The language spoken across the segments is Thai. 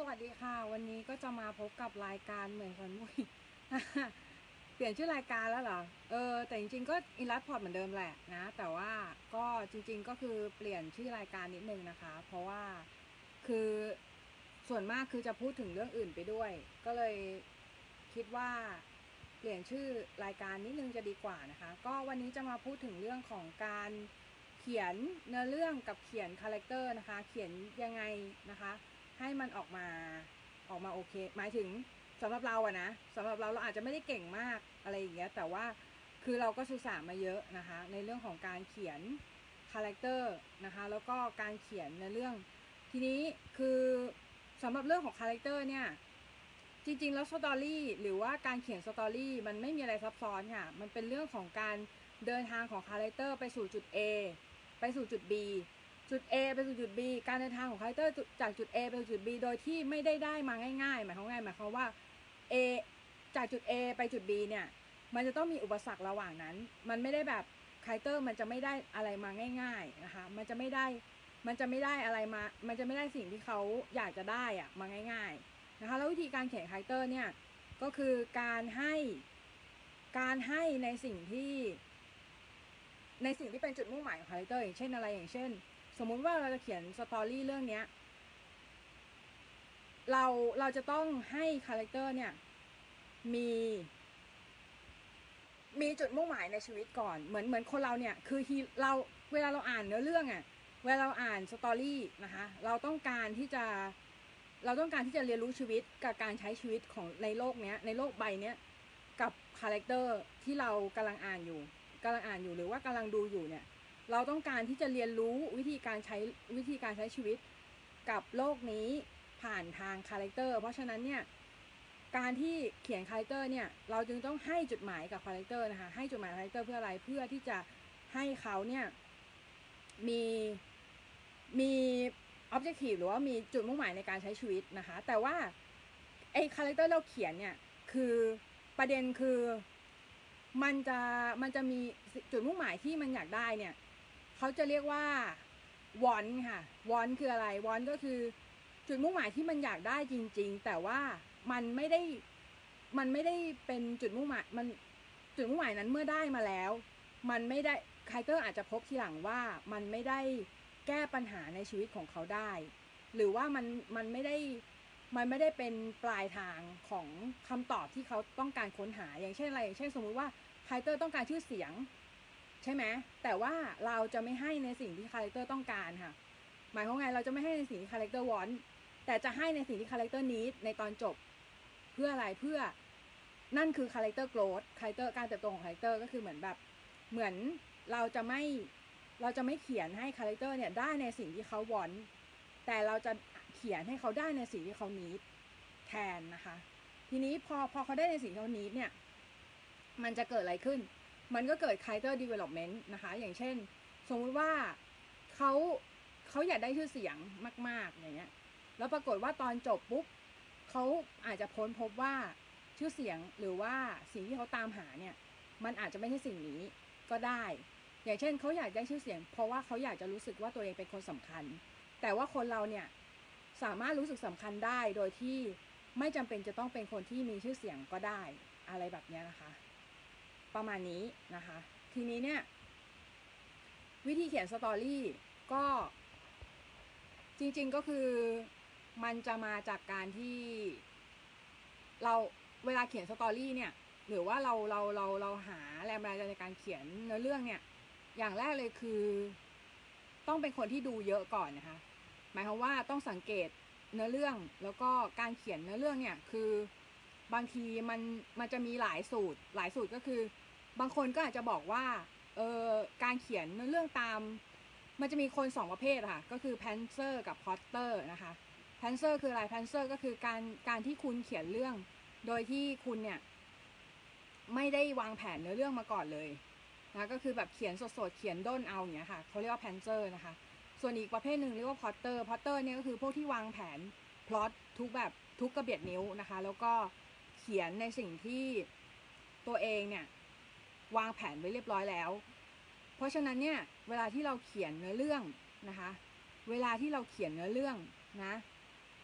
วัสดีค่ะวันนี้ก็จะมาพบกับรายการเหมือนกันมุ้ย เปลี่ยนชื่อรายการแล้วเหรอแต่จริงๆก็อินลัสพอร์ตเหมือนเดิมแหละนะแต่ว่าก็จริงๆก็คือเปลี่ยนชื่อรายการนิดนึงนะคะเพราะว่าคือส่วนมากคือจะพูดถึงเรื่องอื่นไปด้วยก็เลยคิดว่าเปลี่ยนชื่อรายการนิดนึงจะดีกว่านะคะก็วันนี้จะมาพูดถึงเรื่องของการเขียนเนื้อเรื่องกับเขียนคาแรคเตอร์นะคะเขียนยังไงนะคะให้มันออกมาโอเคหมายถึงสำหรับเราอะนะสำหรับเราอาจจะไม่ได้เก่งมากอะไรอย่างเงี้ยแต่ว่าคือเราก็ศึกษามาเยอะนะคะในเรื่องของการเขียนคาแรคเตอร์นะคะแล้วก็การเขียนในเรื่องทีนี้คือสำหรับเรื่องของคาแรคเตอร์เนี่ยจริงๆแล้วสตอรี่หรือว่าการเขียนสตอรี่มันไม่มีอะไรซับซ้อนค่ะมันเป็นเรื่องของการเดินทางของคาแรคเตอร์ไปสู่จุด A ไปสู่จุด B จุด A ไปสู่จุด B การเดินทางของคาแรคเตอร์จากจุด A ไปสู่จุด B โดยที่ไม่ได้มาง่ายๆหมายความว่า A จากจุด A ไปจุด B เนี่ยมันจะต้องมีอุปสรรคระหว่างนั้นมันไม่ได้แบบคาแรคเตอร์มันจะไม่ได้อะไรมาง่ายๆนะคะมันจะไม่ได้อะไรมามันจะไม่ได้สิ่งที่เขาอยากจะได้อะมาง่ายๆนะคะแล้ววิธีการเขียนคาแรคเตอร์เนี่ยก็คือการให้ในสิ่งที่เป็นจุดมุ่งหมายของคาแรคเตอร์อย่างเช่นอะไรอย่างเช่นสมมุติว่าเราจะเขียนสตอรี่เรื่องนี้เราจะต้องให้คาแรคเตอร์เนี่ยมีจุดมุ่งหมายในชีวิตก่อนเหมือนคนเราเนี่ยคือเราเวลาเราอ่านเนื้อเรื่องอะเวลาเราอ่านสตอรี่นะคะเราต้องการที่จะเรียนรู้ชีวิตกับการใช้ชีวิตของในโลกเนี้ยในโลกใบเนี้ยกับคาแรคเตอร์ที่เรากำลังอ่านอยู่หรือว่ากำลังดูอยู่เนี่ยเราต้องการที่จะเรียนรู้วิธีการใช้ชีวิตกับโลกนี้ผ่านทางคาแรคเตอร์เพราะฉะนั้นเนี่ยการที่เขียนคาแรคเตอร์เนี่ยเราจึงต้องให้จุดหมายกับคาแรคเตอร์นะคะให้จุดหมายคาแรคเตอร์เพื่ออะไรเพื่อที่จะให้เขาเนี่ยมีobjective หรือว่ามีจุดมุ่งหมายในการใช้ชีวิตนะคะแต่ว่าไอ้คาแรคเตอร์เราเขียนเนี่ยคือประเด็นคือมันจะมีจุดมุ่งหมายที่มันอยากได้เนี่ยเขาจะเรียกว่าวอนค่ะวอนคืออะไรวอนก็คือจุดมุ่งหมายที่มันอยากได้จริงๆแต่ว่ามันไม่ได้เป็นจุดมุ่งหมายจุดมุ่งหมายนั้นเมื่อได้มาแล้วมันไม่ได้คาแรคเตอร์อาจจะพบทีหลังว่ามันไม่ได้แก้ปัญหาในชีวิตของเขาได้หรือว่ามันไม่ได้เป็นปลายทางของคำตอบที่เขาต้องการค้นหาอย่างเช่นอะไรอย่างเช่นสมมุติว่าคาแรคเตอร์ต้องการชื่อเสียงใช่ไหมแต่ว่าเราจะไม่ให้ในสิ่งที่คาแรคเตอร์ต้องการค่ะหมายความไงเราจะไม่ให้ในสิ่งที่คาแรคเตอร์วอนแต่จะให้ในสิ่งที่คาแรคเตอร์นีดในตอนจบเพื่ออะไรเพื่อนั่นคือคาแรคเตอร์โกรธคาแรคเตอร์การเติบโตของคาแรคเตอร์ก็คือเหมือนเราจะไม่เขียนให้คาแรคเตอร์เนี่ยได้ในสิ่งที่เขาวอนแต่เราจะเขียนให้เขาได้ในสิ่งที่เขานีดแทนนะคะทีนี้พอเขาได้ในสิ่งที่เขานีดเนี่ยมันจะเกิดอะไรขึ้นมันก็เกิด character development นะคะอย่างเช่นสมมุติว่าเขาอยากได้ชื่อเสียงมากๆอย่างเงี้ยแล้วปรากฏว่าตอนจบปุ๊บเขาอาจจะพบว่าชื่อเสียงหรือว่าสิ่งที่เขาตามหาเนี่ยมันอาจจะไม่ใช่สิ่งนี้ก็ได้อย่างเช่นเขาอยากได้ชื่อเสียงเพราะว่าเขาอยากจะรู้สึกว่าตัวเองเป็นคนสำคัญแต่ว่าคนเราเนี่ยสามารถรู้สึกสำคัญได้โดยที่ไม่จำเป็นจะต้องเป็นคนที่มีชื่อเสียงก็ได้อะไรแบบนี้นะคะประมาณนี้นะคะทีนี้เนี่ยวิธีเขียนสตอรี่ก็จริงๆก็คือมันจะมาจากการที่เราเวลาเขียนสตอรี่เนี่ยหรือว่าเราหาแรงบันดาลใจในการเขียนเนื้อเรื่องเนี่ยอย่างแรกเลยคือต้องเป็นคนที่ดูเยอะก่อนนะคะหมายความว่าต้องสังเกตเนื้อเรื่องแล้วก็การเขียนเนื้อเรื่องเนี่ยคือบางทีมันจะมีหลายสูตรก็คือบางคนก็อาจจะบอกว่าการเขียนเนื้อเรื่องตามมันจะมีคน2ประเภทค่ะก็คือแพนเซอร์กับพอตเตอร์นะคะแพนเซอร์คืออะไรแพนเซอร์ก็คือการที่คุณเขียนเรื่องโดยที่คุณเนี่ยไม่ได้วางแผนเนื้อเรื่องมาก่อนเลยนะก็คือแบบเขียนสดๆเขียนด้นเอาอย่างเงี้ยค่ะเขาเรียกว่าแพนเซอร์นะคะส่วนอีกประเภทหนึ่งเรียกว่าพอตเตอร์เนี่ยก็คือพวกที่วางแผนพล็อตทุกกระเบียดนิ้วนะคะแล้วก็เขียนในสิ่งที่ตัวเองเนี่ยวางแผนไว้เรียบร้อยแล้วเพราะฉะนั้นเนี่ยเวลาที่เราเขียนเนื้อเรื่องนะคะเวลาที่เราเขียนเนื้อเรื่องนะ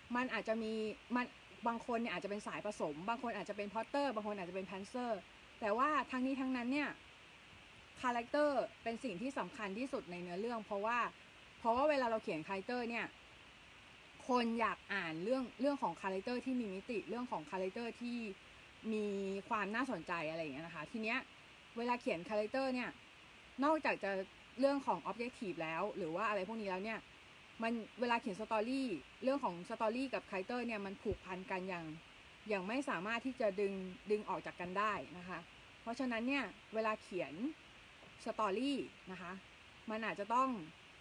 มันอาจจะมีมันบางคนเนี่ยอาจจะเป็นสายผสมบางคนอาจจะเป็นพอตเตอร์บางคนอาจจะเป็นแพนเซอร์แต่ว่าทั้งนี้ทั้งนั้นเนี่ยคาแรคเตอร์เป็นสิ่งที่สำคัญที่สุดในเนื้อเรื่องเพราะว่าเวลาเราเขียนคาแรคเตอร์เนี่ยคนอยากอ่านเรื่องของคาแรคเตอร์ที่มีมิติเรื่องของคาแรคเตอร์ที่มีความน่าสนใจอะไรอย่างเงี้ยนะคะทีเนี้ยเวลาเขียนคาแรคเตอร์เนี่ยนอกจากจะเรื่องของ objective แล้วหรือว่าอะไรพวกนี้แล้วเนี่ยมันเวลาเขียนสตอรี่เรื่องของสตอรี่กับคาแรคเตอร์เนี่ยมันผูกพันกันอย่างไม่สามารถที่จะดึงออกจากกันได้นะคะเพราะฉะนั้นเนี่ยเวลาเขียนสตอรี่นะคะมันอาจจะต้อง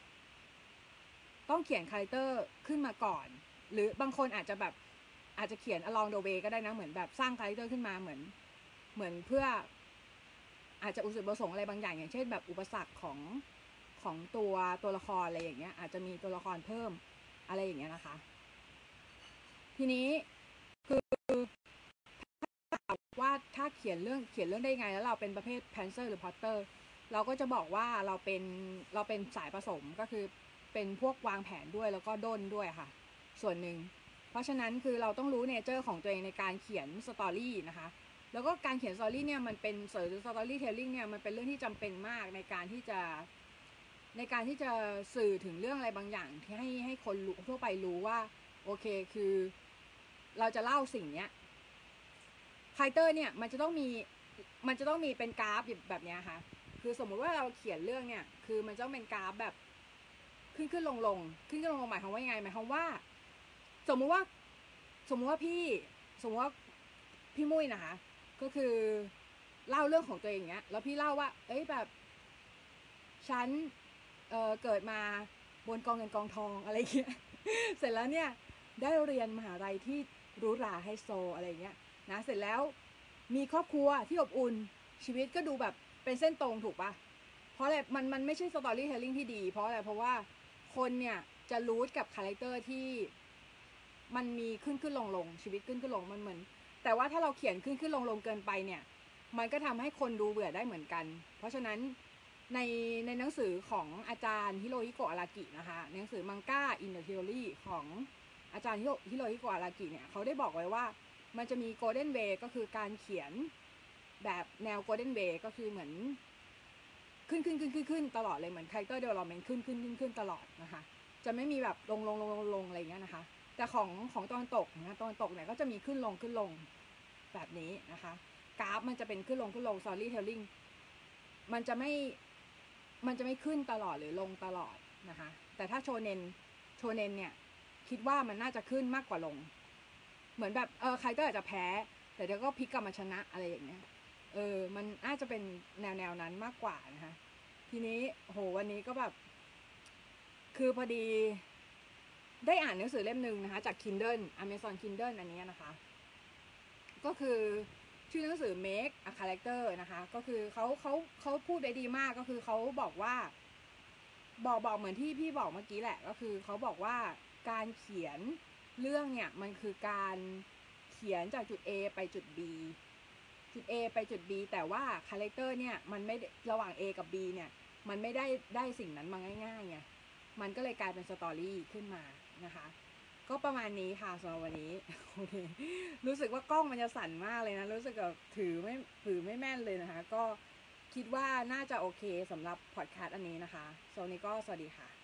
เขียนคาแรคเตอร์ขึ้นมาก่อนหรือบางคนอาจจะแบบอาจจะเขียน along the way ก็ได้นะเหมือนแบบสร้างคาแรคเตอร์ขึ้นมาเหมือนเพื่ออาจจะอุดมประสงค์อะไรบางอย่างอย่างเช่นแบบอุปสรรคของตัวละครอะไรอย่างเงี้ยอาจจะมีตัวละครเพิ่มอะไรอย่างเงี้ยนะคะทีนี้คือว่าถ้าเขียนเรื่องได้ไงแล้วเราเป็นประเภทแพนเซอร์หรือพอตเตอร์เราก็จะบอกว่าเราเป็นสายผสมก็คือเป็นพวกวางแผนด้วยแล้วก็ด้นด้วยค่ะส่วนหนึ่งเพราะฉะนั้นคือเราต้องรู้เนเจอร์ของตัวเองในการเขียนสตอรี่นะคะแล้วก็การเขียนสตอรี่เนี่ยมันเป็นสตอรี่เทลลิ่งเนี่ยมันเป็นเรื่องที่จำเป็นมากในการที่จะสื่อถึงเรื่องอะไรบางอย่างที่ให้คนทั่วไปรู้ว่าโอเคคือเราจะเล่าสิ่งเนี้ยคาแรคเตอร์เนี่ยมันจะต้องมีเป็นกราฟแบบนี้ค่ะคือสมมุติว่าเราเขียนเรื่องเนี่ยคือมันจะต้องเป็นกราฟแบบขึ้นลงหมายความว่ายังไงหมายความว่าสมมุติว่าพี่มุ้ยนะคะก็คือเล่าเรื่องของตัวเองเนี้ยแล้วพี่เล่าว่าเอ้ยแบบฉันเกิดมาบนกองเงินกองทองอะไรเงี้ย เสร็จแล้วเนี่ยได้เรียนมหาลัยที่หรูหราไฮโซอะไรเงี้ยนะเสร็จแล้วมีครอบครัวที่อบอุ่นชีวิตก็ดูแบบเป็นเส้นตรงถูกปะเพราะอะไรมันไม่ใช่สตอรี่เทลลิ่งที่ดีเพราะอะไรเพราะว่าคนเนี่ยจะรู้กับคาแรคเตอร์ที่มันมีขึ้นลงชีวิตขึ้นลงมันเหมือนแต่ว่าถ้าเราเขียนขึ้นลงเกินไปเนี่ยมันก็ทำให้คนดูเบื่อได้เหมือนกันเพราะฉะนั้นในหนังสือของอาจารย์ฮิโรฮิโกะอารากินะคะหนังสือมังก้าอินเดอะเทอรี่ของอาจารย์ฮิโรฮิโกะอารากิเนี่ยเขาได้บอกไว้ว่ามันจะมีโกลเด้นเวย์ก็คือการเขียนแบบแนวโกลเด้นเวย์ก็คือเหมือนขึ้นตลอดเลยเหมือนคาแรคเตอร์เดเวลลอปเมนต์ขึ้นตลอดนะคะจะไม่มีแบบลงอะไรเงี้ยนะคะแต่ของตะวันตกนะตะวันตกเนี่ยก็จะมีขึ้นลงแบบนี้นะคะกราฟมันจะเป็นขึ้นลงสตอรี่เทลลิ่งมันจะไม่ขึ้นตลอดหรือลงตลอดนะคะแต่ถ้าโชเนนเนี่ยคิดว่ามันน่าจะขึ้นมากกว่าลงเหมือนแบบใครก็อาจจะแพ้แต่เดี๋ยวก็พลิกกลับมาชนะอะไรอย่างเงี้ยมันน่าจะเป็นแนวนั้นมากกว่านะคะทีนี้โหวันนี้ก็แบบคือพอดีได้อ่านหนังสือเล่มนึงนะคะจาก Kindle Amazon Kindle อันนี้นะคะก็คือชื่อหนังสือ Make a Character นะคะก็คือเขาพูดได้ดีมากก็คือเขาบอกว่าบอกเหมือนที่พี่บอกเมื่อกี้แหละก็คือเขาบอกว่าการเขียนเรื่องเนี่ยมันคือการเขียนจากจุด A ไปจุด B จุด A ไปจุด B แต่ว่าคาแรคเตอร์เนี่ยมันไม่ระหว่าง A กับ B เนี่ยมันไม่ได้สิ่งนั้นมาง่ายๆไงมันก็เลยกลายเป็นสตอรี่ขึ้นมานะคะก็ประมาณนี้ค่ะสำหรับวันนี้โอเครู้สึกว่ากล้องมันจะสั่นมากเลยนะรู้สึกแบบถือไม่แม่นเลยนะคะก็คิดว่าน่าจะโอเคสำหรับพอดแคสต์อันนี้นะคะสำหรับนี้ก็สวัสดีค่ะ